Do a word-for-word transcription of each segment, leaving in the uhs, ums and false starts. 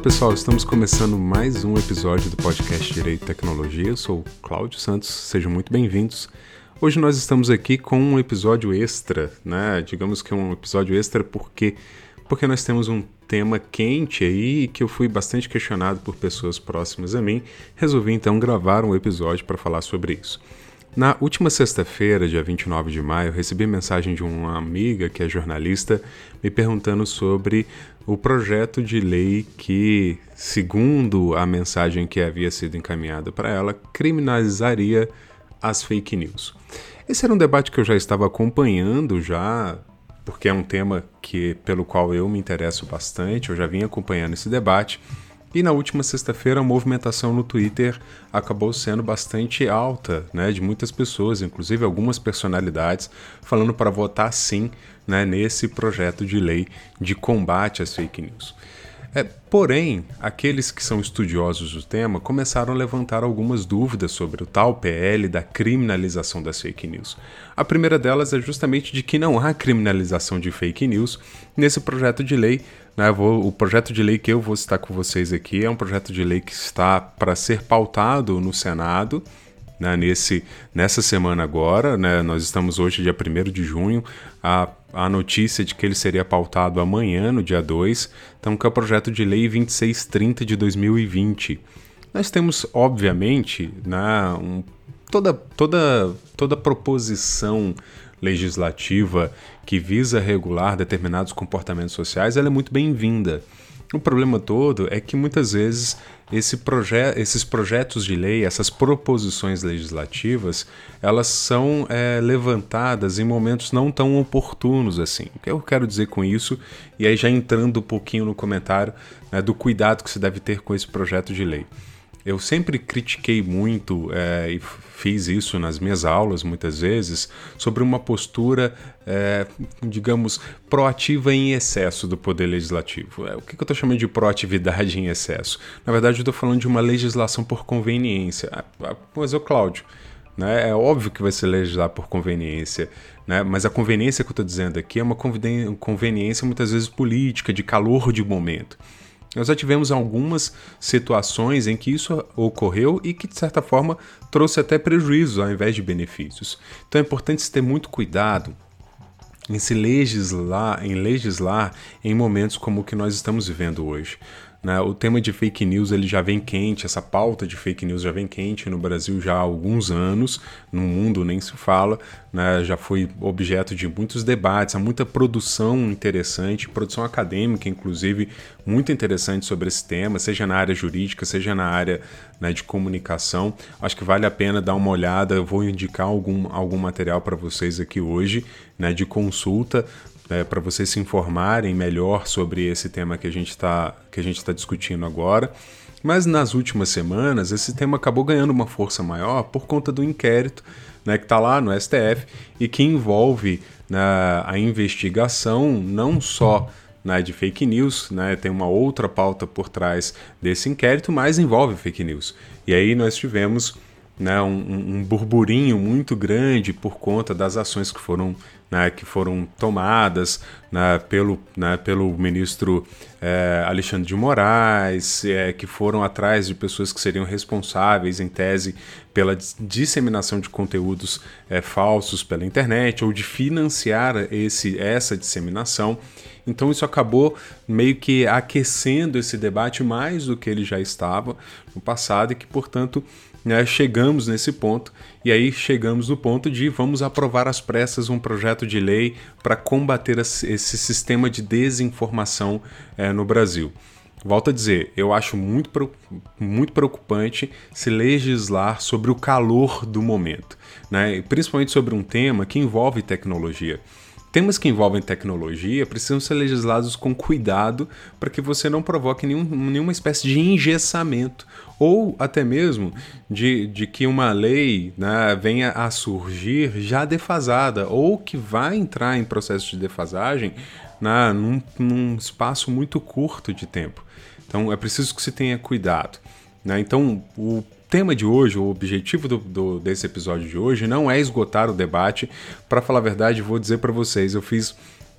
pessoal, estamos começando mais um episódio do podcast Direito e Tecnologia. Eu sou o Cláudio Santos, sejam muito bem-vindos. Hoje nós estamos aqui com um episódio extra, né? Digamos que um episódio extra porque, porque nós temos um tema quente aí que eu fui bastante questionado por pessoas próximas a mim. Resolvi então gravar um episódio para falar sobre isso. Na última sexta-feira, dia vinte e nove de maio, eu recebi mensagem de uma amiga que é jornalista me perguntando sobre o projeto de lei que, segundo a mensagem que havia sido encaminhada para ela, criminalizaria as fake news. Esse era um debate que eu já estava acompanhando já, porque é um tema que, pelo qual eu me interesso bastante, eu já vinha acompanhando esse debate. E na última sexta-feira a movimentação no Twitter acabou sendo bastante alta, né, de muitas pessoas, inclusive algumas personalidades, falando para votar sim, né, nesse projeto de lei de combate às fake news. É, porém, aqueles que são estudiosos do tema começaram a levantar algumas dúvidas sobre o tal P L da criminalização das fake news. A primeira delas é justamente de que não há criminalização de fake news nesse projeto de lei. Né, vou, o projeto de lei que eu vou citar com vocês aqui é um projeto de lei que está para ser pautado no Senado, né, nesse, nessa semana agora. Né, nós estamos hoje, dia primeiro de junho, a, a notícia de que ele seria pautado amanhã, no dia dois, então que é o projeto de lei vinte e seis trinta de dois mil e vinte. Nós temos, obviamente, né, um, toda, toda, toda proposição legislativa que visa regular determinados comportamentos sociais, ela é muito bem-vinda. O problema todo é que muitas vezes esse proje- esses projetos de lei, essas proposições legislativas, elas são é, levantadas em momentos não tão oportunos assim. O que eu quero dizer com isso? E aí já entrando um pouquinho no comentário, né, do cuidado que se deve ter com esse projeto de lei. Eu sempre critiquei muito, é, e fiz isso nas minhas aulas muitas vezes, sobre uma postura, é, digamos, proativa em excesso do Poder Legislativo. É, o que eu estou chamando de proatividade em excesso? Na verdade, eu estou falando de uma legislação por conveniência. Ah, ah, mas, ô Cláudio, né, é óbvio que vai ser legislar por conveniência, né, mas a conveniência que eu estou dizendo aqui é uma conveniência muitas vezes política, de calor de momento. Nós já tivemos algumas situações em que isso ocorreu e que, de certa forma, trouxe até prejuízos ao invés de benefícios. Então é importante se ter muito cuidado em se legislar, em legislar em momentos como o que nós estamos vivendo hoje. Né? O tema de fake news ele já vem quente, essa pauta de fake news já vem quente no Brasil já há alguns anos, no mundo nem se fala, né? Já foi objeto de muitos debates, há muita produção interessante, produção acadêmica inclusive, muito interessante sobre esse tema, seja na área jurídica, seja na área, né, de comunicação. Acho que vale a pena dar uma olhada, eu vou indicar algum, algum material para vocês aqui hoje, né, de consulta, É, para vocês se informarem melhor sobre esse tema que a gente está que a gente está discutindo agora. Mas nas últimas semanas esse tema acabou ganhando uma força maior por conta do inquérito, né, que está lá no S T F e que envolve, né, a investigação não só, né, de fake news, né, tem uma outra pauta por trás desse inquérito, mas envolve fake news. E aí nós tivemos, né, um, um burburinho muito grande por conta das ações que foram, né, que foram tomadas, né, pelo, né, pelo ministro é, Alexandre de Moraes, é, que foram atrás de pessoas que seriam responsáveis, em tese, pela disseminação de conteúdos é, falsos pela internet ou de financiar esse, essa disseminação. Então isso acabou meio que aquecendo esse debate mais do que ele já estava no passado e que, portanto, né, chegamos nesse ponto, e aí chegamos no ponto de vamos aprovar às pressas um projeto de lei para combater esse sistema de desinformação é, no Brasil. Volto a dizer, eu acho muito, muito preocupante se legislar sobre o calor do momento, né, principalmente sobre um tema que envolve tecnologia. Temas que envolvem tecnologia precisam ser legislados com cuidado para que você não provoque nenhum, nenhuma espécie de engessamento ou até mesmo de, de que uma lei, né, venha a surgir já defasada ou que vai entrar em processo de defasagem, né, num, num espaço muito curto de tempo. Então é preciso que se tenha cuidado, né? Então o tema de hoje, o objetivo do, do, desse episódio de hoje não é esgotar o debate. Para falar a verdade, vou dizer para vocês, eu fiz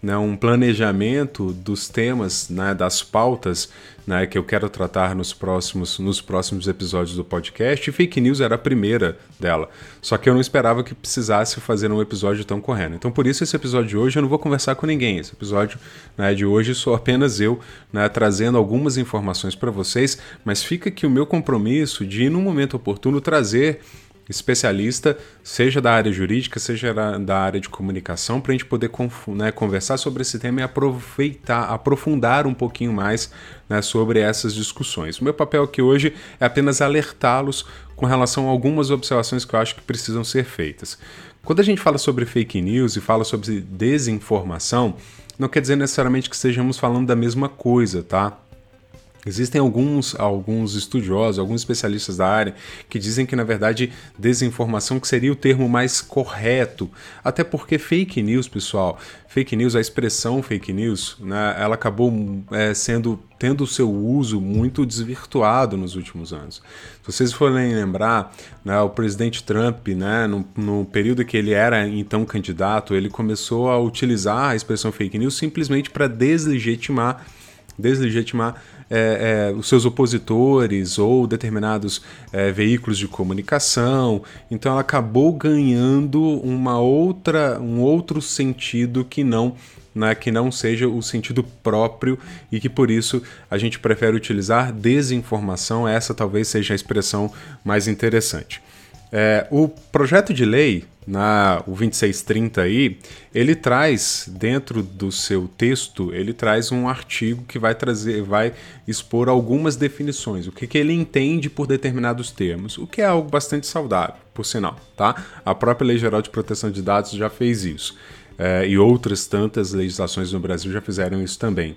né, um planejamento dos temas, né, das pautas, né, que eu quero tratar nos próximos, nos próximos episódios do podcast, e fake news era a primeira dela. Só que eu não esperava que precisasse fazer um episódio tão correndo. Então, por isso, esse episódio de hoje eu não vou conversar com ninguém. Esse episódio, né, de hoje sou apenas eu, né, trazendo algumas informações para vocês, mas fica aqui o meu compromisso de, no momento oportuno, trazer especialista, seja da área jurídica, seja da área de comunicação, para a gente poder, né, conversar sobre esse tema e aproveitar, aprofundar um pouquinho mais, né, sobre essas discussões. O meu papel aqui hoje é apenas alertá-los com relação a algumas observações que eu acho que precisam ser feitas. Quando a gente fala sobre fake news e fala sobre desinformação, não quer dizer necessariamente que estejamos falando da mesma coisa, tá? Existem alguns, alguns estudiosos, alguns especialistas da área que dizem que, na verdade, desinformação que seria o termo mais correto. Até porque fake news, pessoal, fake news, a expressão fake news, né, ela acabou é, sendo, tendo o seu uso muito desvirtuado nos últimos anos. Se vocês forem lembrar, né, o presidente Trump, né, no, no período que ele era então candidato, ele começou a utilizar a expressão fake news simplesmente para deslegitimar, deslegitimar É, é, os seus opositores ou determinados é, veículos de comunicação. Então ela acabou ganhando uma outra, um outro sentido que não, né, que não seja o sentido próprio, e que por isso a gente prefere utilizar desinformação. Essa talvez seja a expressão mais interessante. É, o projeto de lei, na, o vinte e seis trinta aí, ele traz, dentro do seu texto, ele traz um artigo que vai trazer, vai expor algumas definições, o que, que ele entende por determinados termos, o que é algo bastante saudável, por sinal, tá? A própria Lei Geral de Proteção de Dados já fez isso, é, e outras tantas legislações no Brasil já fizeram isso também.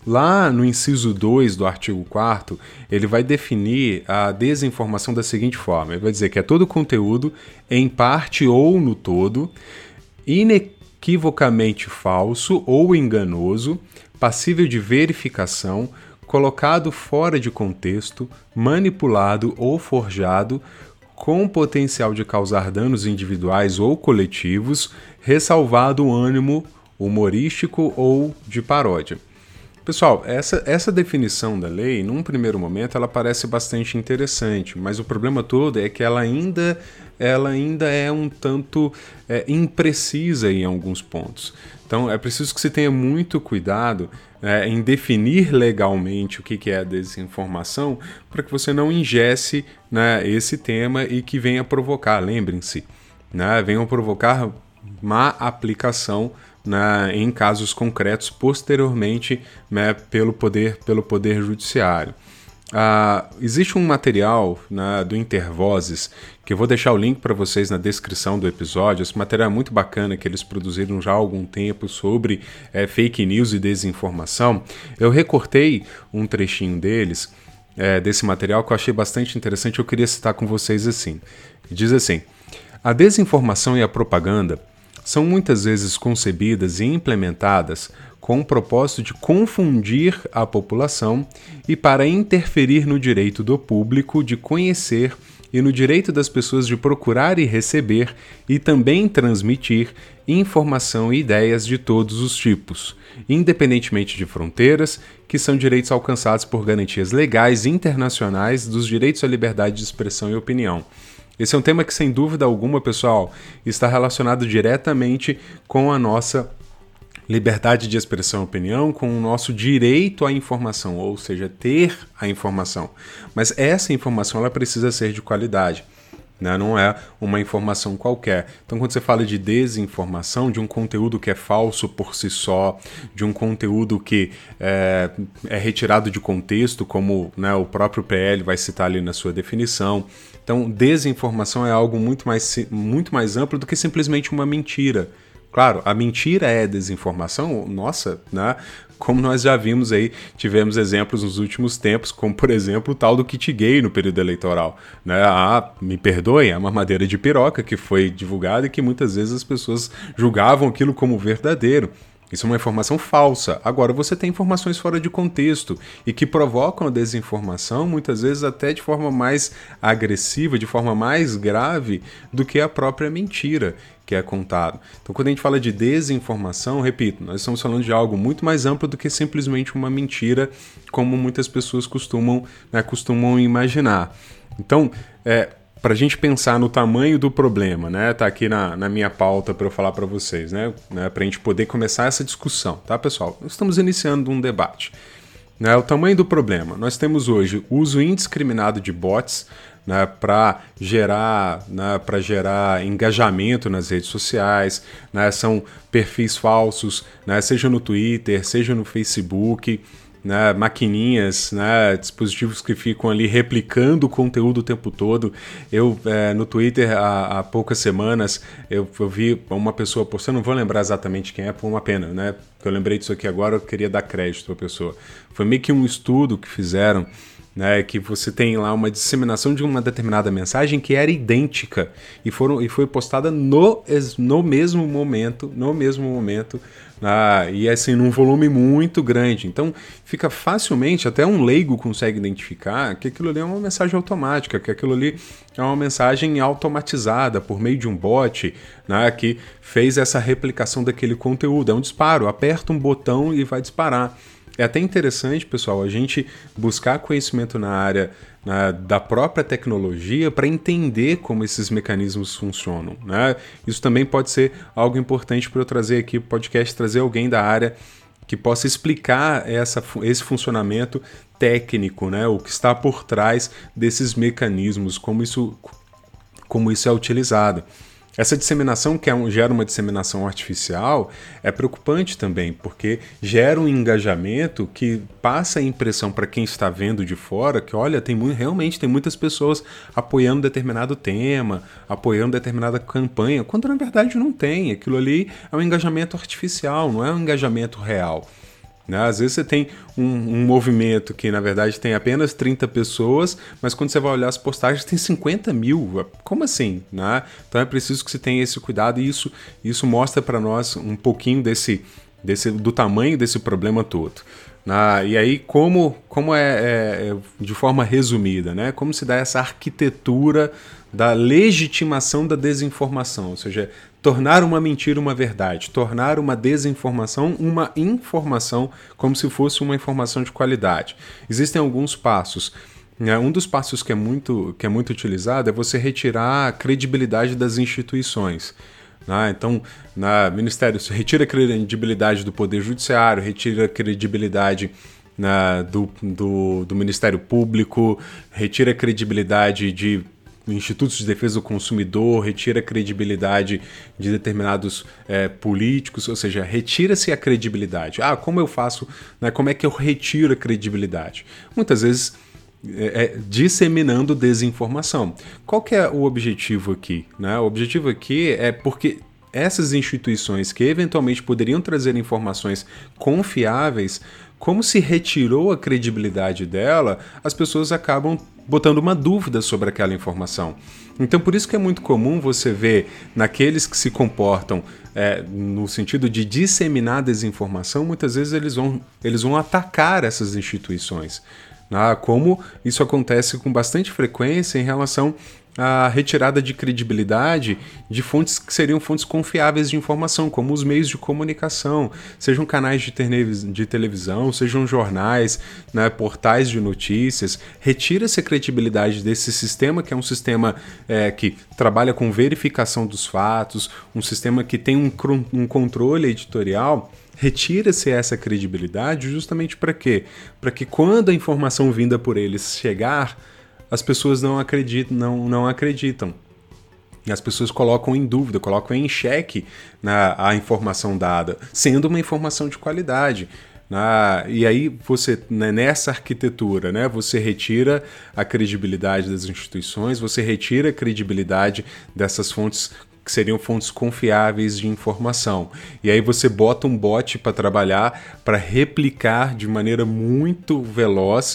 Lá no inciso dois do artigo quarto, ele vai definir a desinformação da seguinte forma. Ele vai dizer que é todo conteúdo, em parte ou no todo, inequivocamente falso ou enganoso, passível de verificação, colocado fora de contexto, manipulado ou forjado, com potencial de causar danos individuais ou coletivos, ressalvado o ânimo humorístico ou de paródia. Pessoal, essa, essa definição da lei, num primeiro momento, ela parece bastante interessante, mas o problema todo é que ela ainda, ela ainda é um tanto é, imprecisa em alguns pontos. Então, é preciso que se tenha muito cuidado é, em definir legalmente o que, que é a desinformação, para que você não ingesse, né, esse tema e que venha provocar, lembrem-se, né, venham provocar má aplicação Na, em casos concretos posteriormente, né, pelo, poder, pelo poder judiciário. Ah, existe um material, né, do Intervozes, que eu vou deixar o link para vocês na descrição do episódio. Esse material é muito bacana, que eles produziram já há algum tempo sobre é, fake news e desinformação. Eu recortei um trechinho deles, é, desse material, que eu achei bastante interessante. Eu queria citar com vocês assim. Diz assim: a desinformação e a propaganda são muitas vezes concebidas e implementadas com o propósito de confundir a população e para interferir no direito do público de conhecer e no direito das pessoas de procurar e receber e também transmitir informação e ideias de todos os tipos, independentemente de fronteiras, que são direitos alcançados por garantias legais internacionais dos direitos à liberdade de expressão e opinião. Esse é um tema que, sem dúvida alguma, pessoal, está relacionado diretamente com a nossa liberdade de expressão e opinião, com o nosso direito à informação, ou seja, ter a informação. Mas essa informação ela precisa ser de qualidade, né? Não é uma informação qualquer. Então, quando você fala de desinformação, de um conteúdo que é falso por si só, de um conteúdo que é, é retirado de contexto, como, né, o próprio P L vai citar ali na sua definição. Então, desinformação é algo muito mais, muito mais amplo do que simplesmente uma mentira. Claro, a mentira é desinformação, nossa, né? Como nós já vimos aí, tivemos exemplos nos últimos tempos, como, por exemplo, o tal do kit gay no período eleitoral, né? Ah, me perdoem, é uma mamadeira de piroca que foi divulgada e que muitas vezes as pessoas julgavam aquilo como verdadeiro. Isso é uma informação falsa. Agora, você tem informações fora de contexto e que provocam a desinformação, muitas vezes até de forma mais agressiva, de forma mais grave do que a própria mentira que é contado. Então, quando a gente fala de desinformação, repito, nós estamos falando de algo muito mais amplo do que simplesmente uma mentira, como muitas pessoas costumam, né, costumam imaginar. Então, é, para a gente pensar no tamanho do problema, né? Tá aqui na, na minha pauta para eu falar para vocês, né? né? Para a gente poder começar essa discussão, tá, pessoal? Nós estamos iniciando um debate. Né? O tamanho do problema. Nós temos hoje o uso indiscriminado de bots, né, para gerar, né, para gerar engajamento nas redes sociais, né? São perfis falsos, né? Seja no Twitter, seja no Facebook. Né, maquininhas, né, dispositivos que ficam ali replicando o conteúdo o tempo todo. Eu, é, no Twitter, há, há poucas semanas, eu, eu vi uma pessoa postando, não vou lembrar exatamente quem é, por uma pena, né, porque eu lembrei disso aqui agora, eu queria dar crédito à pessoa. Foi meio que um estudo que fizeram, né, que você tem lá uma disseminação de uma determinada mensagem que era idêntica e, foram, e foi postada no, no mesmo momento, no mesmo momento, ah, e assim, num volume muito grande. Então, fica facilmente, até um leigo consegue identificar que aquilo ali é uma mensagem automática, que aquilo ali é uma mensagem automatizada por meio de um bot, né, que fez essa replicação daquele conteúdo. É um disparo, aperta um botão e vai disparar. É até interessante, pessoal, a gente buscar conhecimento na área na, da própria tecnologia para entender como esses mecanismos funcionam, né? Isso também pode ser algo importante para eu trazer aqui para o podcast, trazer alguém da área que possa explicar essa, esse funcionamento técnico, né? O que está por trás desses mecanismos, como isso, como isso é utilizado. Essa disseminação, que é um, gera uma disseminação artificial, é preocupante também, porque gera um engajamento que passa a impressão para quem está vendo de fora que, olha, tem muito, realmente tem muitas pessoas apoiando determinado tema, apoiando determinada campanha, quando na verdade não tem. Aquilo ali é um engajamento artificial, não é um engajamento real. Né? Às vezes você tem um, um movimento que, na verdade, tem apenas trinta pessoas, mas quando você vai olhar as postagens, tem cinquenta mil. Como assim? Né? Então é preciso que você tenha esse cuidado e isso, isso mostra para nós um pouquinho desse, desse, do tamanho desse problema todo. Né? E aí, como, como é, é, de forma resumida, né? Como se dá essa arquitetura da legitimação da desinformação, ou seja, tornar uma mentira uma verdade, tornar uma desinformação uma informação, como se fosse uma informação de qualidade. Existem alguns passos. Um dos passos que é muito, que é muito utilizado é você retirar a credibilidade das instituições. Então, na Ministério, retira a credibilidade do Poder Judiciário, retira a credibilidade na, do, do, do Ministério Público, retira a credibilidade de institutos de defesa do consumidor, retira a credibilidade de determinados é, políticos, ou seja, retira-se a credibilidade. Ah, como eu faço, né, como é que eu retiro a credibilidade? Muitas vezes é, é, disseminando desinformação. Qual que é o objetivo aqui? Né? O objetivo aqui é porque essas instituições que eventualmente poderiam trazer informações confiáveis, como se retirou a credibilidade dela, as pessoas acabam botando uma dúvida sobre aquela informação. Então, por isso que é muito comum você ver naqueles que se comportam é, no sentido de disseminar desinformação, muitas vezes eles vão, eles vão atacar essas instituições. Né? Como isso acontece com bastante frequência em relação a retirada de credibilidade de fontes que seriam fontes confiáveis de informação, como os meios de comunicação, sejam canais de, de televisão, sejam jornais, né, portais de notícias. Retira-se a credibilidade desse sistema, que é um sistema é, que trabalha com verificação dos fatos, um sistema que tem um, um controle editorial. Retira-se essa credibilidade justamente para quê? Para que quando a informação vinda por eles chegar, as pessoas não acreditam, não, não acreditam. E as pessoas colocam em dúvida, colocam em xeque, né, a informação dada, sendo uma informação de qualidade. Né? E aí você, né, nessa arquitetura, né, você retira a credibilidade das instituições, você retira a credibilidade dessas fontes que seriam fontes confiáveis de informação. E aí você bota um bot para trabalhar, para replicar de maneira muito veloz,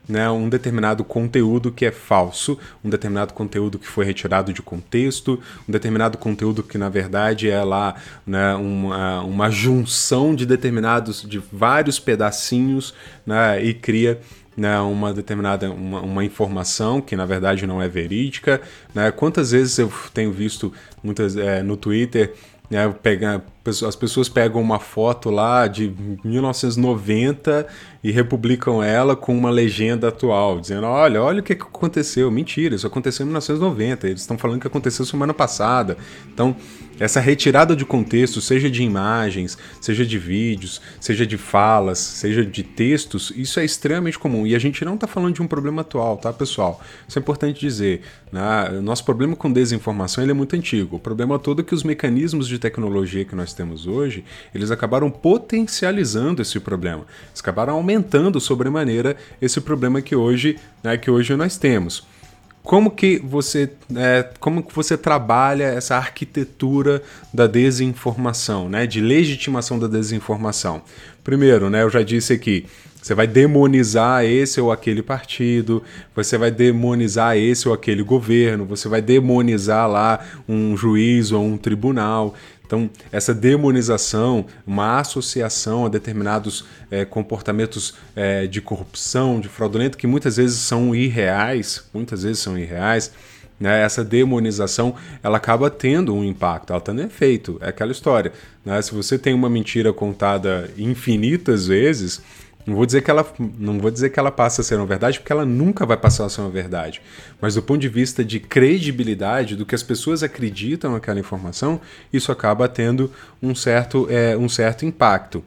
né, um determinado conteúdo que é falso, um determinado conteúdo que foi retirado de contexto, um determinado conteúdo que na verdade é lá, né, uma, uma junção de determinados, de vários pedacinhos, né, e cria, né, uma determinada uma, uma informação que na verdade não é verídica, né? Quantas vezes eu tenho visto muitas é, no Twitter, né, pega, as pessoas pegam uma foto lá de mil novecentos e noventa e republicam ela com uma legenda atual, dizendo, olha, olha o que aconteceu. Mentira, isso aconteceu em mil novecentos e noventa, eles estão falando que aconteceu semana passada. Então, essa retirada de contexto, seja de imagens, seja de vídeos, seja de falas, seja de textos, isso é extremamente comum. E a gente não está falando de um problema atual, tá, pessoal? Isso é importante dizer, né? O nosso problema com desinformação ele é muito antigo. O problema todo é que os mecanismos de tecnologia que nós temos hoje, eles acabaram potencializando esse problema. Eles acabaram aumentando sobremaneira esse problema que hoje, né, que hoje nós temos. Como que você, é, como que você trabalha essa arquitetura da desinformação, né, de legitimação da desinformação? Primeiro, né, eu já disse aqui, você vai demonizar esse ou aquele partido, você vai demonizar esse ou aquele governo, você vai demonizar lá um juiz ou um tribunal. Então, essa demonização, uma associação a determinados é, comportamentos é, de corrupção, de fraudulento, que muitas vezes são irreais, muitas vezes são irreais, né? Essa demonização, ela acaba tendo um impacto, ela está no efeito, é aquela história, né? Se você tem uma mentira contada infinitas vezes, Não vou dizer que ela, não vou dizer que ela passa a ser uma verdade, porque ela nunca vai passar a ser uma verdade. Mas do ponto de vista de credibilidade, do que as pessoas acreditam naquela informação, isso acaba tendo um certo, é, um certo impacto.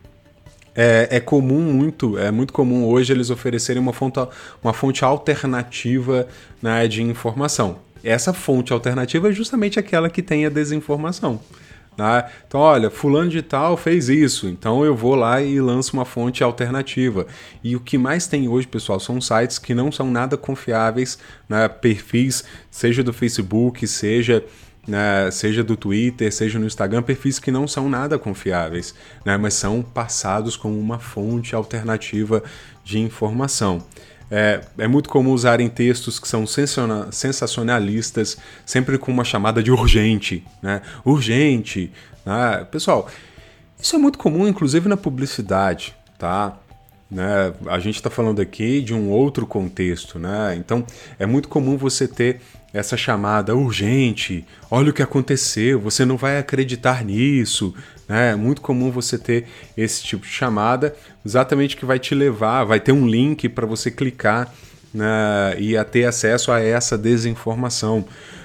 É, é comum muito, é muito comum hoje eles oferecerem uma fonte, uma fonte alternativa, né, de informação. Essa fonte alternativa é justamente aquela que tem a desinformação. Né? Então, olha, fulano de tal fez isso, então eu vou lá e lanço uma fonte alternativa. E o que mais tem hoje, pessoal, são sites que não são nada confiáveis, né? Perfis, seja do Facebook, seja, né, seja do Twitter, seja no Instagram, perfis que não são nada confiáveis, né, mas são passados como uma fonte alternativa de informação. É, é muito comum usarem textos que são sensacionalistas, sempre com uma chamada de urgente, né? Urgente, né? Pessoal, isso é muito comum, inclusive na publicidade, tá? Né? A gente está falando aqui de um outro contexto, né? Então é muito comum você ter essa chamada urgente, olha o que aconteceu, você não vai acreditar nisso, né? É muito comum você ter esse tipo de chamada, exatamente que vai te levar, vai ter um link para você clicar, né, e a ter acesso a essa desinformação.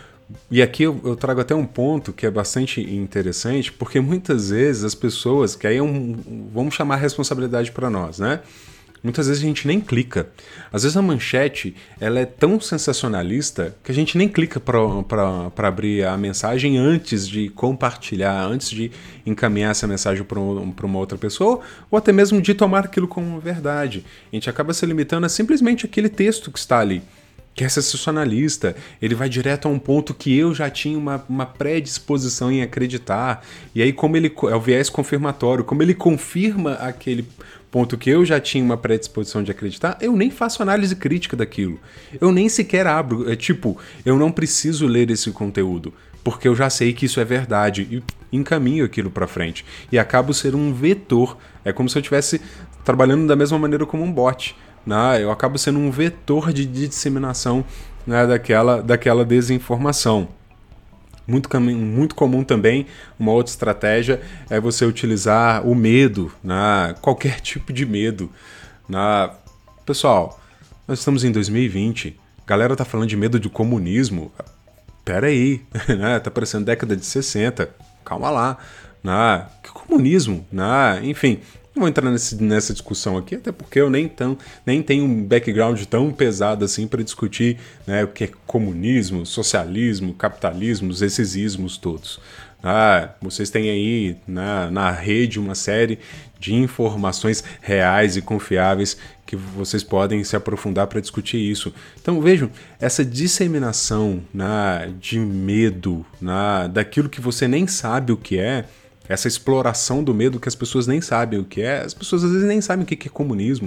E aqui eu, eu trago até um ponto que é bastante interessante, porque muitas vezes as pessoas, que aí é um, vamos chamar a responsabilidade para nós, né? Muitas vezes a gente nem clica. Às vezes a manchete ela é tão sensacionalista que a gente nem clica para abrir a mensagem antes de compartilhar, antes de encaminhar essa mensagem para uma outra pessoa, ou até mesmo de tomar aquilo como verdade. A gente acaba se limitando a simplesmente aquele texto que está ali, que é sensacionalista, ele vai direto a um ponto que eu já tinha uma, uma predisposição em acreditar, e aí como ele é o viés confirmatório, como ele confirma aquele ponto que eu já tinha uma predisposição de acreditar, eu nem faço análise crítica daquilo, eu nem sequer abro, é tipo, eu não preciso ler esse conteúdo, porque eu já sei que isso é verdade, e encaminho aquilo para frente, e acabo ser um vetor, é como se eu estivesse trabalhando da mesma maneira como um bot. Né? Eu acabo sendo um vetor de disseminação, né, daquela, daquela desinformação. Muito, muito comum também, uma outra estratégia é você utilizar o medo, né? Qualquer tipo de medo. Né? Pessoal, nós estamos em dois mil e vinte, a galera tá falando de medo de comunismo. Pera aí, né? Tá parecendo década de sessenta, calma lá. Né? Que comunismo? Né? Enfim... Não vou entrar nesse, nessa discussão aqui, até porque eu nem, tão, nem tenho um background tão pesado assim para discutir, né, o que é comunismo, socialismo, capitalismo, esses ismos todos. Ah, vocês têm aí na, na rede uma série de informações reais e confiáveis que vocês podem se aprofundar para discutir isso. Então vejam, essa disseminação, né, de medo, né, daquilo que você nem sabe o que é, essa exploração do medo que as pessoas nem sabem o que é, as pessoas às vezes nem sabem o que é comunismo,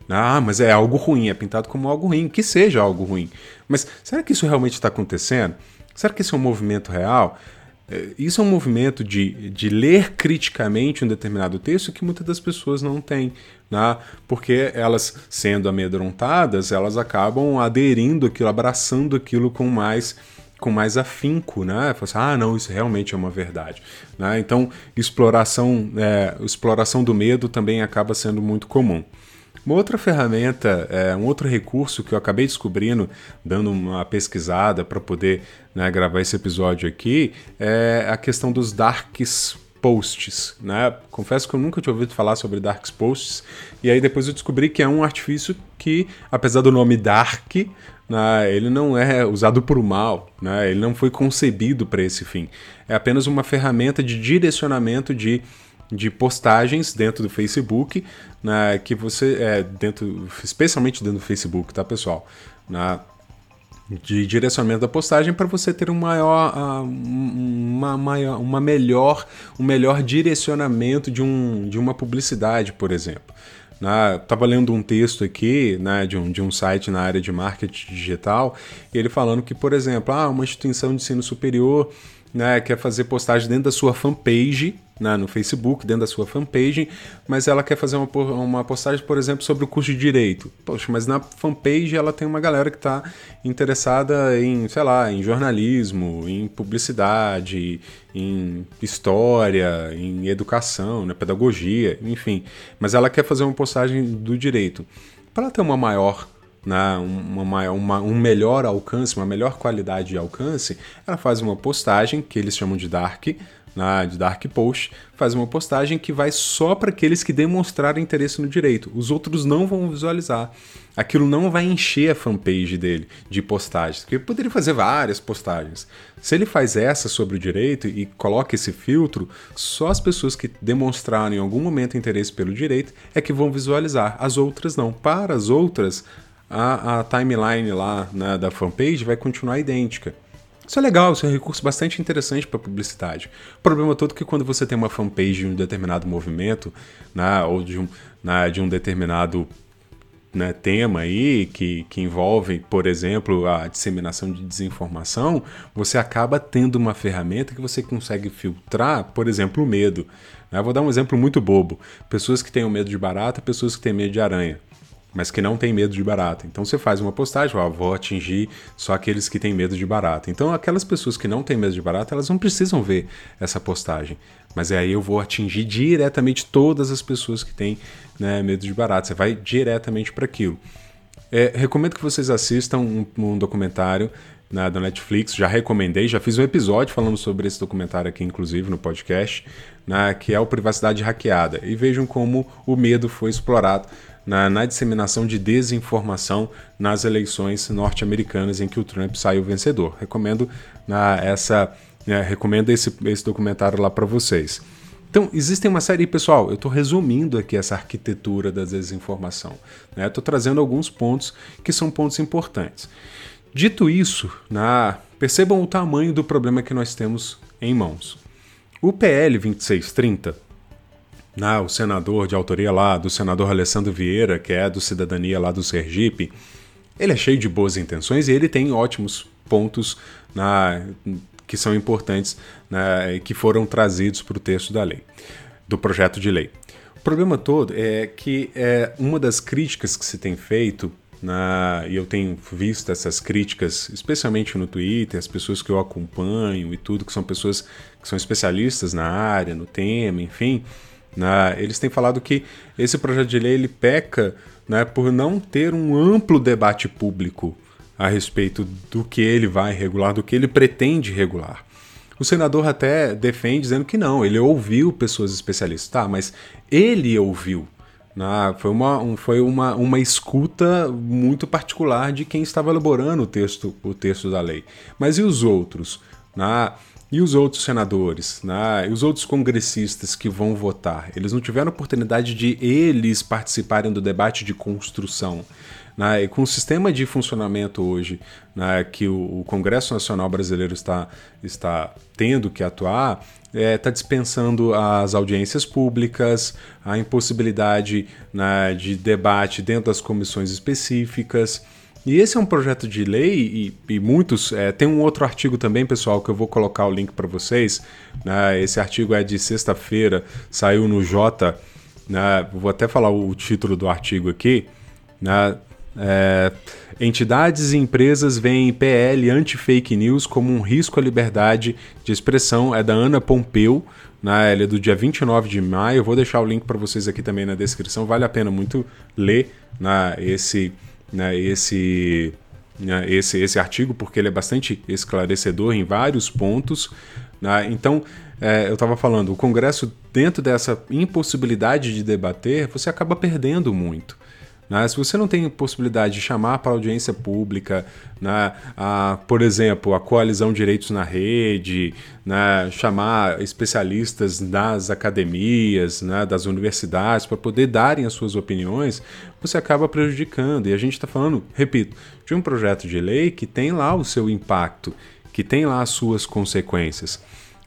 Ah, mas é algo ruim, é pintado como algo ruim, que seja algo ruim. Mas será que isso realmente está acontecendo? Será que isso é um movimento real? Isso é um movimento de, de ler criticamente um determinado texto que muitas das pessoas não têm, né? Porque elas, sendo amedrontadas, elas acabam aderindo àquilo, abraçando aquilo com mais, com mais afinco, né? Assim, ah, não, isso realmente é uma verdade, né? Então, exploração, é, exploração do medo também acaba sendo muito comum. Uma outra ferramenta, é, um outro recurso que eu acabei descobrindo, dando uma pesquisada para poder, né, gravar esse episódio aqui, é a questão dos darks posts, né? Confesso que eu nunca tinha ouvido falar sobre dark posts, e aí depois eu descobri que é um artifício que, apesar do nome dark, né, ele não é usado por mal, né? Ele não foi concebido para esse fim. É apenas uma ferramenta de direcionamento de de postagens dentro do Facebook, né, que você, é, dentro, especialmente dentro do Facebook, tá, pessoal? Na, de direcionamento da postagem para você ter um maior, uh, uma, maior, uma melhor, um melhor direcionamento de, um, de uma publicidade, por exemplo. Estava lendo um texto aqui, né, de, um, de um site na área de marketing digital, e ele falando que, por exemplo, ah, uma instituição de ensino superior, né, quer fazer postagem dentro da sua fanpage, né, no Facebook, dentro da sua fanpage, mas ela quer fazer uma, uma postagem, por exemplo, sobre o curso de Direito. Poxa, mas na fanpage ela tem uma galera que está interessada em, sei lá, em jornalismo, em publicidade, em história, em educação, né, pedagogia, enfim. Mas ela quer fazer uma postagem do Direito. Para ela ter uma maior Né, uma, uma, um melhor alcance, uma melhor qualidade de alcance, ela faz uma postagem que eles chamam de dark, né, de dark post, faz uma postagem que vai só para aqueles que demonstraram interesse no direito. Os outros não vão visualizar. Aquilo não vai encher a fanpage dele de postagens, porque ele poderia fazer várias postagens. Se ele faz essa sobre o direito e coloca esse filtro, só as pessoas que demonstraram em algum momento interesse pelo direito é que vão visualizar. As outras não. Para as outras, A, a timeline lá, né, da fanpage vai continuar idêntica. Isso é legal, isso é um recurso bastante interessante para publicidade. O problema todo é que quando você tem uma fanpage de um determinado movimento, né, ou de um, né, de um determinado, né, tema aí que, que envolve, por exemplo, a disseminação de desinformação, você acaba tendo uma ferramenta que você consegue filtrar, por exemplo, o medo. Eu vou dar um exemplo muito bobo. Pessoas que têm medo de barata, pessoas que têm medo de aranha, mas que não tem medo de barata. Então você faz uma postagem, ó, vou atingir só aqueles que têm medo de barata. Então aquelas pessoas que não têm medo de barata, elas não precisam ver essa postagem. Mas aí eu vou atingir diretamente todas as pessoas que têm, né, medo de barata. Você vai diretamente para aquilo. É, recomendo que vocês assistam um, um documentário, né, da Netflix, já recomendei, já fiz um episódio falando sobre esse documentário aqui, inclusive, no podcast, né, que é o Privacidade Hackeada. E vejam como o medo foi explorado Na, na disseminação de desinformação nas eleições norte-americanas em que o Trump saiu vencedor. Recomendo, na, essa, né, recomendo esse, esse documentário lá para vocês. Então, existem uma série, pessoal, eu estou resumindo aqui essa arquitetura da desinformação. Estou, né, trazendo alguns pontos que são pontos importantes. Dito isso, na, percebam o tamanho do problema que nós temos em mãos. O P L vinte e seis trinta, Ah, o senador de autoria lá, do senador Alessandro Vieira, que é do Cidadania lá do Sergipe, ele é cheio de boas intenções e ele tem ótimos pontos, na, que são importantes, na, que foram trazidos para o texto da lei, do projeto de lei. O problema todo é que é, uma das críticas que se tem feito, na, e eu tenho visto essas críticas, especialmente no Twitter, as pessoas que eu acompanho e tudo, que são pessoas que são especialistas na área, no tema, enfim, né, eles têm falado que esse projeto de lei ele peca, né, por não ter um amplo debate público a respeito do que ele vai regular, do que ele pretende regular. O senador até defende dizendo que não, ele ouviu pessoas especialistas, tá, mas ele ouviu. Né, foi uma, um, foi uma, uma escuta muito particular de quem estava elaborando o texto, o texto da lei. Mas e os outros? Né? E os outros senadores, né? E os outros congressistas que vão votar? Eles não tiveram oportunidade de eles participarem do debate de construção. né, e com o sistema de funcionamento hoje, né, que o, o Congresso Nacional Brasileiro está, está tendo que atuar, está é, dispensando as audiências públicas, a impossibilidade, né, de debate dentro das comissões específicas. E esse é um projeto de lei, e, e muitos... É, tem um outro artigo também, pessoal, que eu vou colocar o link para vocês. Né, esse artigo é de sexta-feira, saiu no J. Né, vou até falar o título do artigo aqui. Né, é, entidades e empresas veem P L anti-fake news como um risco à liberdade de expressão. É da Ana Pompeu. Né, ela é do dia vinte e nove de maio. Eu vou deixar o link para vocês aqui também na descrição. Vale a pena muito ler, né, esse... Né, esse, né, esse, esse artigo, porque ele é bastante esclarecedor em vários pontos. Né? Então, é, eu estava falando, o Congresso, dentro dessa impossibilidade de debater, você acaba perdendo muito. Né? Se você não tem possibilidade de chamar para audiência pública, né, a, por exemplo, a Coalizão Direitos na Rede, né, chamar especialistas das academias, né, das universidades, para poder darem as suas opiniões, você acaba prejudicando. E a gente está falando, repito, de um projeto de lei que tem lá o seu impacto, que tem lá as suas consequências.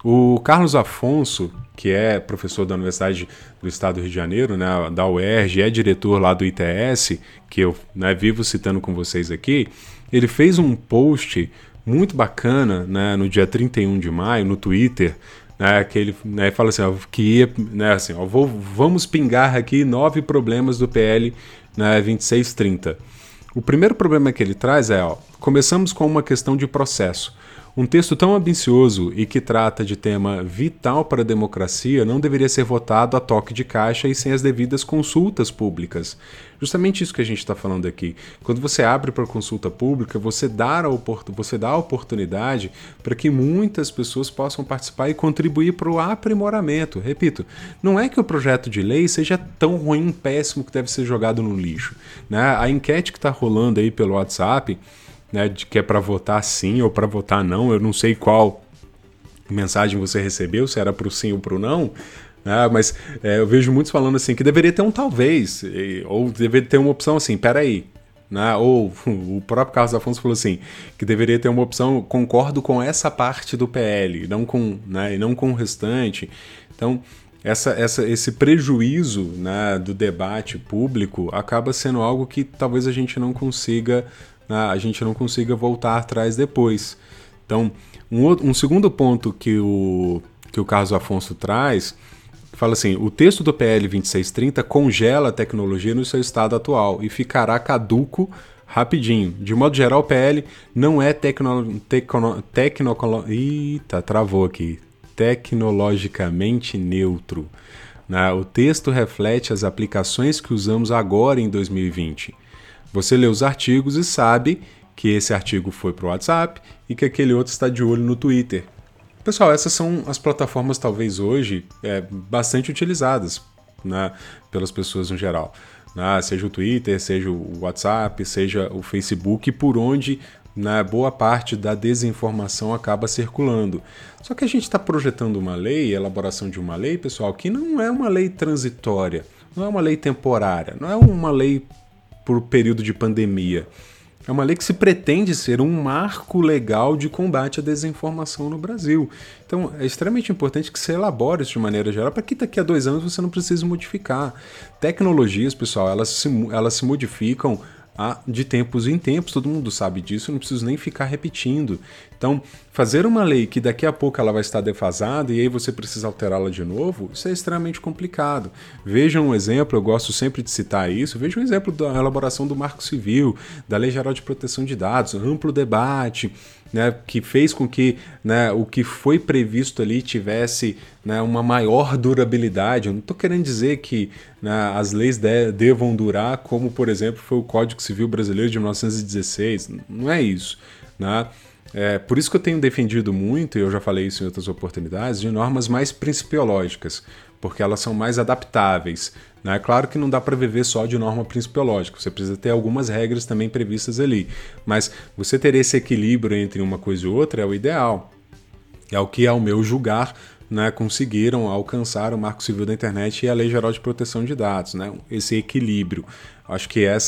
O Carlos Afonso, que é professor da Universidade do Estado do Rio de Janeiro, né, da U E R J, é diretor lá do I T S, que eu, né, vivo citando com vocês aqui, ele fez um post muito bacana, né, no dia trinta e um de maio, no Twitter, né, que ele, né, fala assim, ó, que ia, né, assim, ó, vou, vamos pingar aqui nove problemas do P L, né, vinte e seis trinta. O primeiro problema que ele traz é, ó, começamos com uma questão de processo. Um texto tão ambicioso e que trata de tema vital para a democracia não deveria ser votado a toque de caixa e sem as devidas consultas públicas. Justamente isso que a gente está falando aqui. Quando você abre para consulta pública, você dá a, opor- você dá a oportunidade para que muitas pessoas possam participar e contribuir para o aprimoramento. Repito, não é que o projeto de lei seja tão ruim, péssimo, que deve ser jogado no lixo. Né? A enquete que está rolando aí pelo WhatsApp, né, de que é para votar sim ou para votar não, eu não sei qual mensagem você recebeu, se era para o sim ou para o não, né, mas é, eu vejo muitos falando assim que deveria ter um talvez, ou deveria ter uma opção assim, peraí, né, ou o próprio Carlos Afonso falou assim, que deveria ter uma opção, concordo com essa parte do P L, não com, né, e não com o restante. Então, essa, essa, esse prejuízo, né, do debate público acaba sendo algo que talvez a gente não consiga a gente não consiga voltar atrás depois. Então, um, outro, um segundo ponto que o, que o Carlos Afonso traz, fala assim, o texto do P L vinte e seis trinta congela a tecnologia no seu estado atual e ficará caduco rapidinho. De modo geral, o P L não é tecno, tecno, tecno, eita, travou aqui, tecnologicamente neutro. Né? O texto reflete as aplicações que usamos agora em dois mil e vinte. Você lê os artigos e sabe que esse artigo foi para o WhatsApp e que aquele outro está de olho no Twitter. Pessoal, essas são as plataformas talvez hoje é, bastante utilizadas, né, pelas pessoas no geral. Né, seja o Twitter, seja o WhatsApp, seja o Facebook, por onde, né, boa parte da desinformação acaba circulando. Só que a gente está projetando uma lei, a elaboração de uma lei, pessoal, que não é uma lei transitória, não é uma lei temporária, não é uma lei por período de pandemia. É uma lei que se pretende ser um marco legal de combate à desinformação no Brasil. Então, é extremamente importante que você elabore isso de maneira geral para que daqui a dois anos você não precise modificar. Tecnologias, pessoal, elas se, elas se modificam de tempos em tempos, todo mundo sabe disso, eu não preciso nem ficar repetindo. Então, fazer uma lei que daqui a pouco ela vai estar defasada e aí você precisa alterá-la de novo, isso é extremamente complicado. Vejam um exemplo, eu gosto sempre de citar isso, vejam um exemplo da elaboração do Marco Civil, da Lei Geral de Proteção de Dados, amplo debate, né, que fez com que, né, o que foi previsto ali tivesse, né, uma maior durabilidade. Eu não estou querendo dizer que, né, as leis de, devam durar como, por exemplo, foi o Código Civil Brasileiro de mil novecentos e dezesseis. Não é isso. Né? É, por isso que eu tenho defendido muito, e eu já falei isso em outras oportunidades, de normas mais principiológicas, porque elas são mais adaptáveis. Né? Claro que não dá para viver só de norma principiológica, você precisa ter algumas regras também previstas ali, mas você ter esse equilíbrio entre uma coisa e outra é o ideal. É o que, ao meu julgar, né, conseguiram alcançar o Marco Civil da Internet e a Lei Geral de Proteção de Dados, né? Esse equilíbrio. Acho que essa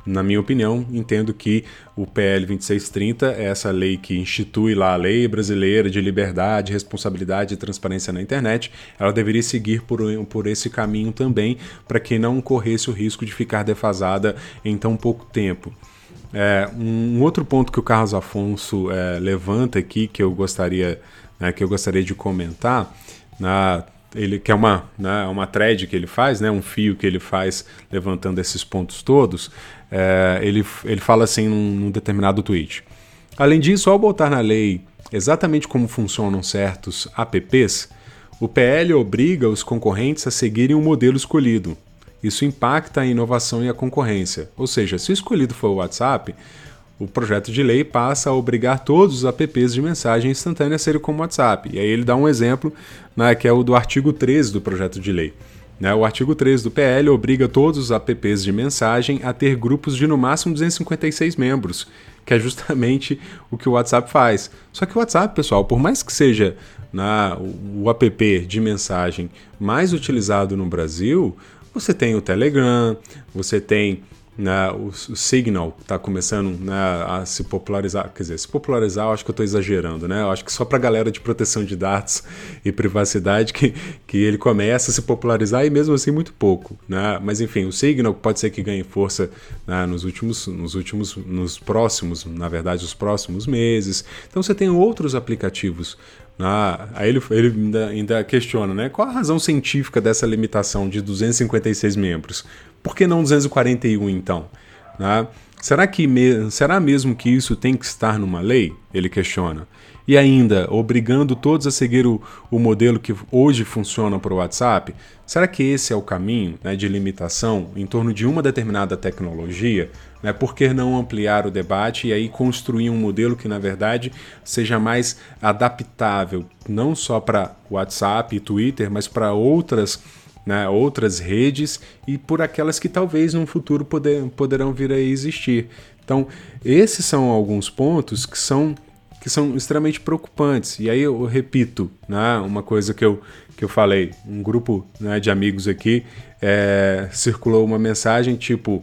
na minha opinião, entendo que o P L vinte e seis trinta é essa lei que institui lá a Lei Brasileira de Liberdade, Responsabilidade e Transparência na Internet. Ela deveria seguir por, por esse caminho também, para que não corresse o risco de ficar defasada em tão pouco tempo. É, um outro ponto que o Carlos Afonso é, levanta aqui, que eu gostaria, né, que eu gostaria de comentar, na, ele, que é uma, né, uma thread que ele faz, né, um fio que ele faz levantando esses pontos todos, é, ele, ele fala assim num, num determinado tweet. Além disso, ao botar na lei exatamente como funcionam certos apps, o P L obriga os concorrentes a seguirem o modelo escolhido. Isso impacta a inovação e a concorrência. Ou seja, se o escolhido for o WhatsApp, o projeto de lei passa a obrigar todos os apps de mensagem instantânea a serem como o WhatsApp. E aí ele dá um exemplo, né, que é o do artigo treze do projeto de lei. Né, o artigo treze do P L obriga todos os apps de mensagem a ter grupos de no máximo duzentos e cinquenta e seis membros, que é justamente o que o WhatsApp faz. Só que o WhatsApp, pessoal, por mais que seja na, o, o app de mensagem mais utilizado no Brasil, você tem o Telegram, você tem, né, o, o Signal, está começando, né, a se popularizar. Quer dizer, se popularizar eu acho que eu estou exagerando, né? Eu acho que só para a galera de proteção de dados e privacidade que, que ele começa a se popularizar, e mesmo assim muito pouco, né? Mas enfim, o Signal pode ser que ganhe força, né, nos últimos, nos últimos, nos próximos, na verdade, os próximos meses. Então você tem outros aplicativos. Ah, aí ele, ele ainda, ainda questiona, né? Qual a razão científica dessa limitação de duzentos e cinquenta e seis membros? Por que não duzentos e quarenta e um, então? Ah, será, que me, será mesmo que isso tem que estar numa lei? Ele questiona. E ainda, obrigando todos a seguir o, o modelo que hoje funciona para o WhatsApp? Será que esse é o caminho, né, de limitação em torno de uma determinada tecnologia? Né, por que não ampliar o debate e aí construir um modelo que, na verdade, seja mais adaptável, não só para WhatsApp e Twitter, mas para outras, né, outras redes e por aquelas que talvez no futuro poder, poderão vir a existir. Então, esses são alguns pontos que são, que são extremamente preocupantes. E aí eu repito, né, uma coisa que eu, que eu falei, um grupo, né, de amigos aqui, é, circulou uma mensagem tipo: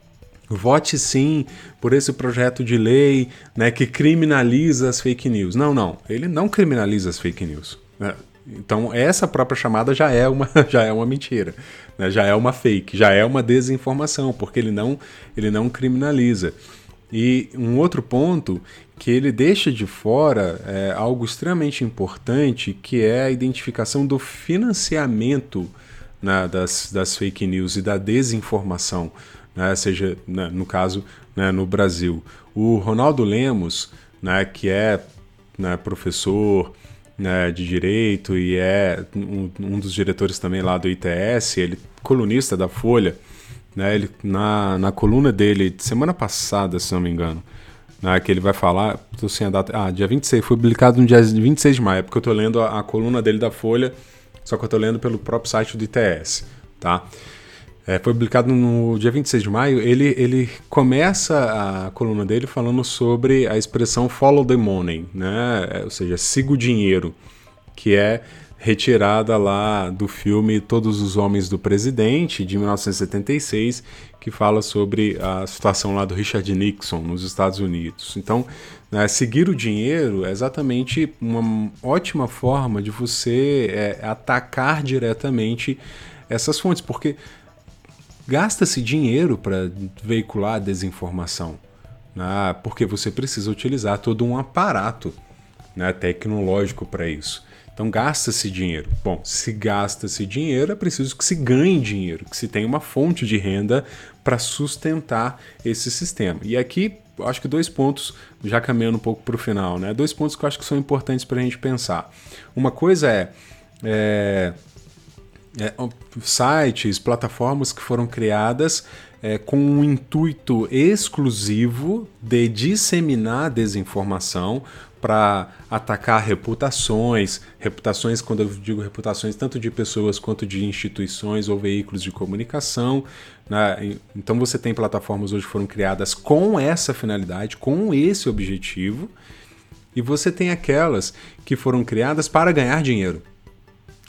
vote sim por esse projeto de lei, né, que criminaliza as fake news. Não, não, ele não criminaliza as fake news. Né? Então essa própria chamada já é uma, já é uma mentira, né? Já é uma fake, já é uma desinformação, porque ele não, ele não criminaliza. E um outro ponto que ele deixa de fora é algo extremamente importante, que é a identificação do financiamento, né, das, das fake news e da desinformação, né, seja, né, no caso, né, no Brasil. O Ronaldo Lemos, né, que é, né, professor, né, de Direito e é um, um dos diretores também lá do I T S, ele colunista da Folha, né, ele, na, na coluna dele de semana passada, se não me engano, né, que ele vai falar, tô sem a data, ah, dia vinte e seis, foi publicado no dia vinte e seis de maio, porque eu tô lendo a, a coluna dele da Folha, só que eu tô lendo pelo próprio site do I T S, tá? É, foi publicado no dia vinte e seis de maio, ele, ele começa a coluna dele falando sobre a expressão follow the money, né? Ou seja, siga o dinheiro, que é retirada lá do filme Todos os Homens do Presidente, de mil novecentos e setenta e seis, que fala sobre a situação lá do Richard Nixon nos Estados Unidos. Então, né, seguir o dinheiro é exatamente uma ótima forma de você é, atacar diretamente essas fontes, porque gasta-se dinheiro para veicular a desinformação, né, porque você precisa utilizar todo um aparato, né, tecnológico para isso. Então gasta-se dinheiro. Bom, se gasta-se dinheiro, é preciso que se ganhe dinheiro, que se tenha uma fonte de renda para sustentar esse sistema. E aqui, acho que dois pontos, já caminhando um pouco para o final, né? Dois pontos que eu acho que são importantes para a gente pensar. Uma coisa é, é, é sites, plataformas que foram criadas É, com um intuito exclusivo de disseminar desinformação para atacar reputações, reputações, quando eu digo reputações, tanto de pessoas quanto de instituições ou veículos de comunicação, né? Então você tem plataformas hoje que foram criadas com essa finalidade, com esse objetivo, e você tem aquelas que foram criadas para ganhar dinheiro,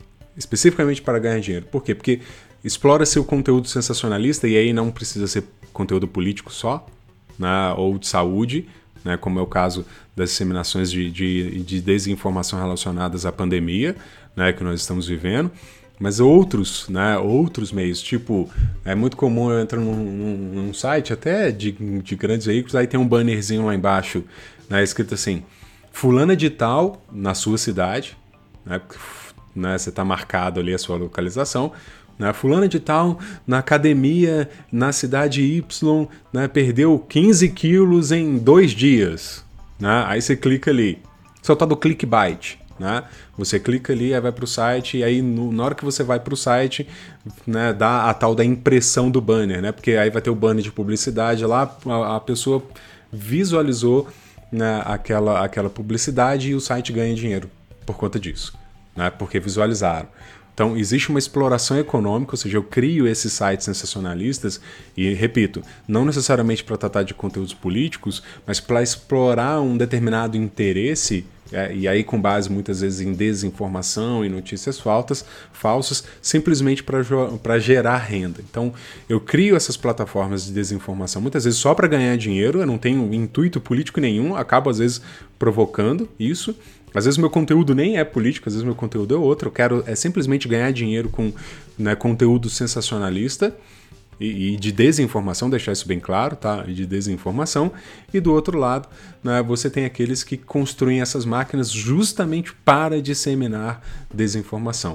especificamente para ganhar dinheiro. Por quê? Porque explora-se o conteúdo sensacionalista, e aí não precisa ser conteúdo político só, né, ou de saúde, né, como é o caso das disseminações de, de, de desinformação relacionadas à pandemia, né, que nós estamos vivendo, mas outros, né, outros meios, tipo, é muito comum eu entrar num, num, num site até de, de grandes veículos, aí tem um bannerzinho lá embaixo, né, escrito assim, fulana de tal na sua cidade, né, né, você está marcado ali a sua localização, né, fulana de tal na academia na cidade Y, né, perdeu quinze quilos em dois dias, né, aí você clica ali, só tá do clickbait, né, você clica ali, aí vai para o site, e aí no, na hora que você vai para o site, né, dá a tal da impressão do banner, né, porque aí vai ter o banner de publicidade lá, a, a pessoa visualizou, né, aquela, aquela publicidade e o site ganha dinheiro por conta disso, né, porque visualizaram. Então, existe uma exploração econômica, ou seja, eu crio esses sites sensacionalistas e, repito, não necessariamente para tratar de conteúdos políticos, mas para explorar um determinado interesse, é, e aí com base muitas vezes em desinformação e notícias faltas, falsas, simplesmente para gerar renda. Então, eu crio essas plataformas de desinformação, muitas vezes só para ganhar dinheiro, eu não tenho intuito político nenhum, acabo às vezes provocando isso. Às vezes meu conteúdo nem é político, às vezes meu conteúdo é outro. Eu quero é simplesmente ganhar dinheiro com, né, conteúdo sensacionalista e, e de desinformação, deixar isso bem claro, tá? De desinformação. E do outro lado, né, você tem aqueles que construem essas máquinas justamente para disseminar desinformação.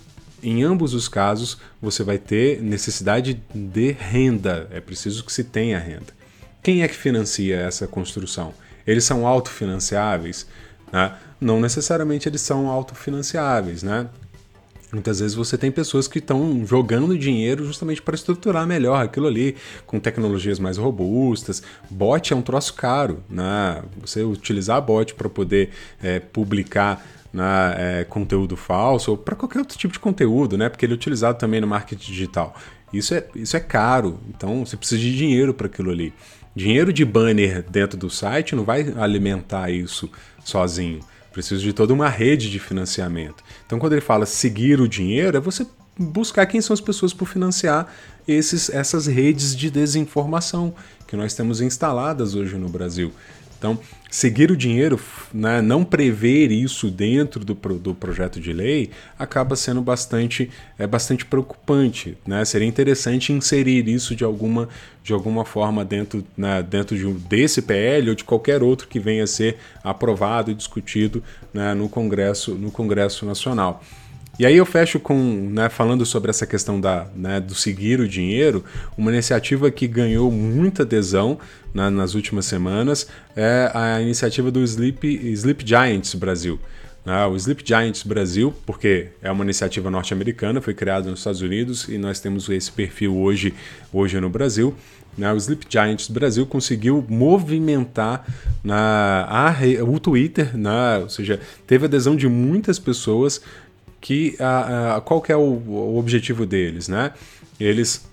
Em ambos os casos, você vai ter necessidade de renda. É preciso que se tenha renda. Quem é que financia essa construção? Eles são autofinanciáveis? Né? Não necessariamente eles são autofinanciáveis, né? Muitas vezes você tem pessoas que estão jogando dinheiro justamente para estruturar melhor aquilo ali, com tecnologias mais robustas. Bot é um troço caro, né? Você utilizar bot para poder é, publicar, né, é, conteúdo falso, ou para qualquer outro tipo de conteúdo, né? Porque ele é utilizado também no marketing digital. Isso é, isso é caro, então você precisa de dinheiro para aquilo ali. Dinheiro de banner dentro do site não vai alimentar isso sozinho. Precisa de toda uma rede de financiamento. Então, quando ele fala seguir o dinheiro, é você buscar quem são as pessoas por financiar esses, essas redes de desinformação que nós temos instaladas hoje no Brasil. Então, seguir o dinheiro, né, não prever isso dentro do, do projeto de lei, acaba sendo bastante, é, bastante preocupante, né? Seria interessante inserir isso de alguma, de alguma forma dentro, né, dentro de um, desse P L ou de qualquer outro que venha a ser aprovado e discutido, né, no Congresso, no Congresso Nacional. E aí eu fecho com, né, falando sobre essa questão da, né, do seguir o dinheiro, uma iniciativa que ganhou muita adesão, né, nas últimas semanas é a iniciativa do Sleep, Sleep Giants Brasil. Né? O Sleep Giants Brasil, porque é uma iniciativa norte-americana, foi criada nos Estados Unidos e nós temos esse perfil hoje, hoje no Brasil. Né? O Sleep Giants Brasil conseguiu movimentar na, a, o Twitter, né? Ou seja, teve adesão de muitas pessoas. Que, a, a, qual que é o, o objetivo deles, né? Eles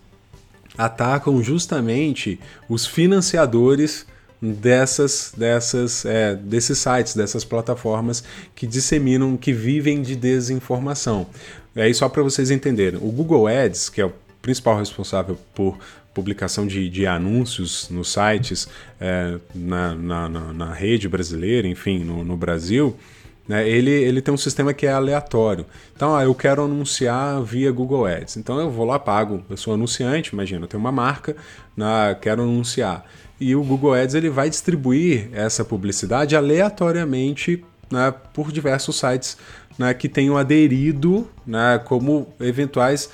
atacam justamente os financiadores dessas, dessas, é, desses sites, dessas plataformas que disseminam, que vivem de desinformação. É aí só para vocês entenderem, o Google Ads, que é o principal responsável por publicação de, de anúncios nos sites, é, na, na, na, na rede brasileira, enfim, no, no Brasil, né, ele, ele tem um sistema que é aleatório. Então, ah, eu quero anunciar via Google Ads. Então, eu vou lá, pago. Eu sou anunciante, imagina, eu tenho uma marca, né, quero anunciar. E o Google Ads ele vai distribuir essa publicidade aleatoriamente, né, por diversos sites, né, que tenham aderido, né, como eventuais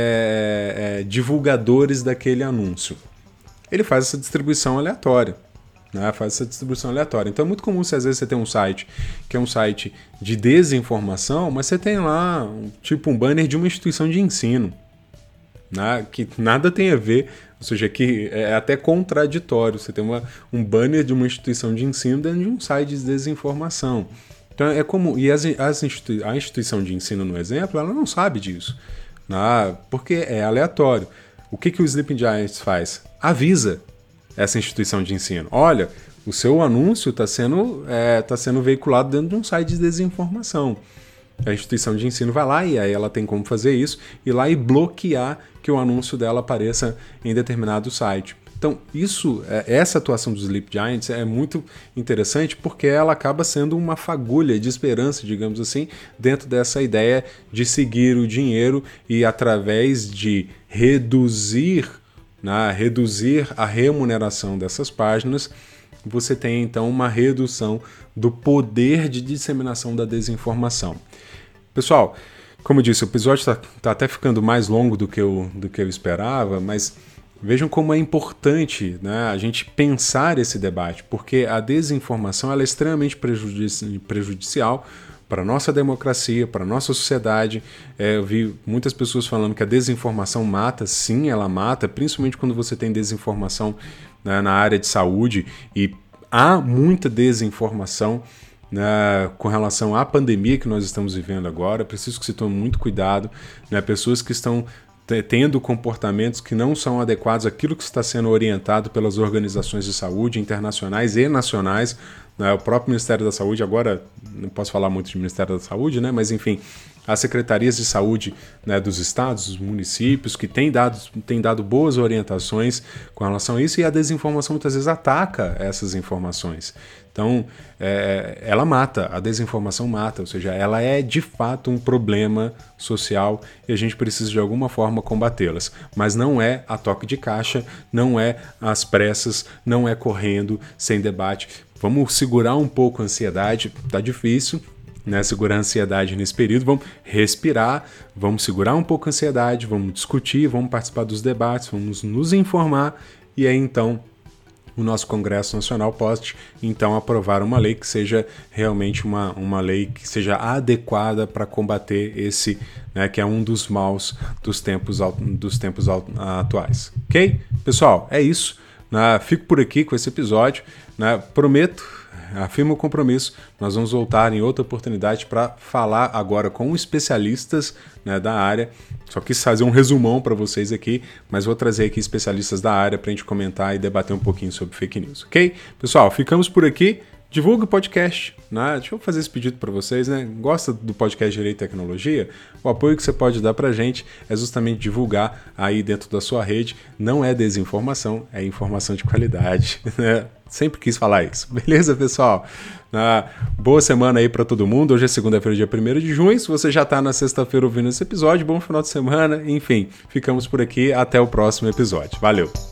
é, é, divulgadores daquele anúncio. Ele faz essa distribuição aleatória. Né, faz essa distribuição aleatória. Então é muito comum se às vezes você tem um site que é um site de desinformação, mas você tem lá um, tipo um banner de uma instituição de ensino, né, que nada tem a ver, ou seja, que é até contraditório. Você tem uma, um banner de uma instituição de ensino dentro de um site de desinformação. Então é como. E as, as institui, a instituição de ensino, no exemplo, ela não sabe disso, né, porque é aleatório. O que, que o Sleeping Giants faz? Avisa essa instituição de ensino. Olha, o seu anúncio está sendo, é, tá sendo veiculado dentro de um site de desinformação. A instituição de ensino vai lá e aí ela tem como fazer isso, ir lá e bloquear que o anúncio dela apareça em determinado site. Então, isso, essa atuação dos Sleep Giants é muito interessante porque ela acaba sendo uma fagulha de esperança, digamos assim, dentro dessa ideia de seguir o dinheiro e através de reduzir, né, reduzir a remuneração dessas páginas, você tem então uma redução do poder de disseminação da desinformação. Pessoal, como eu disse, o episódio está tá até ficando mais longo do que eu, do que eu esperava, mas vejam como é importante, né, a gente pensar esse debate, porque a desinformação ela é extremamente prejudici- prejudicial para a nossa democracia, para a nossa sociedade. É, eu vi muitas pessoas falando que a desinformação mata, sim, ela mata, principalmente quando você tem desinformação, né, na área de saúde, e há muita desinformação, né, com relação à pandemia que nós estamos vivendo agora. Preciso que se tome muito cuidado, né, pessoas que estão tendo comportamentos que não são adequados àquilo que está sendo orientado pelas organizações de saúde internacionais e nacionais, né, o próprio Ministério da Saúde, agora não posso falar muito de Ministério da Saúde, né, mas enfim, as secretarias de saúde, né, dos estados, dos municípios, que têm dado, têm dado boas orientações com relação a isso, e a desinformação muitas vezes ataca essas informações. Então, é, ela mata, a desinformação mata, ou seja, ela é de fato um problema social e a gente precisa de alguma forma combatê-las. Mas não é a toque de caixa, não é às pressas, não é correndo, sem debate. Vamos segurar um pouco a ansiedade, tá difícil, né, segurar a ansiedade nesse período, vamos respirar, vamos segurar um pouco a ansiedade, vamos discutir, vamos participar dos debates, vamos nos informar e aí então o nosso Congresso Nacional pode então aprovar uma lei que seja realmente uma, uma lei que seja adequada para combater esse, né, que é um dos maus dos tempos, dos tempos atuais. Ok? Pessoal, é isso. Né? Fico por aqui com esse episódio. Né? Prometo, afirmo o compromisso, nós vamos voltar em outra oportunidade para falar agora com especialistas, né, da área. Só quis fazer um resumão para vocês aqui, mas vou trazer aqui especialistas da área para a gente comentar e debater um pouquinho sobre fake news, ok? Pessoal, ficamos por aqui. Divulgue o podcast, né? Deixa eu fazer esse pedido para vocês, né? Gosta do podcast Direito e Tecnologia? O apoio que você pode dar para a gente é justamente divulgar aí dentro da sua rede. Não é desinformação, é informação de qualidade, né? Sempre quis falar isso. Beleza, pessoal? Ah, boa semana aí para todo mundo. Hoje é segunda-feira, dia primeiro de junho. Se você já está na sexta-feira ouvindo esse episódio, bom final de semana. Enfim, ficamos por aqui. Até o próximo episódio. Valeu!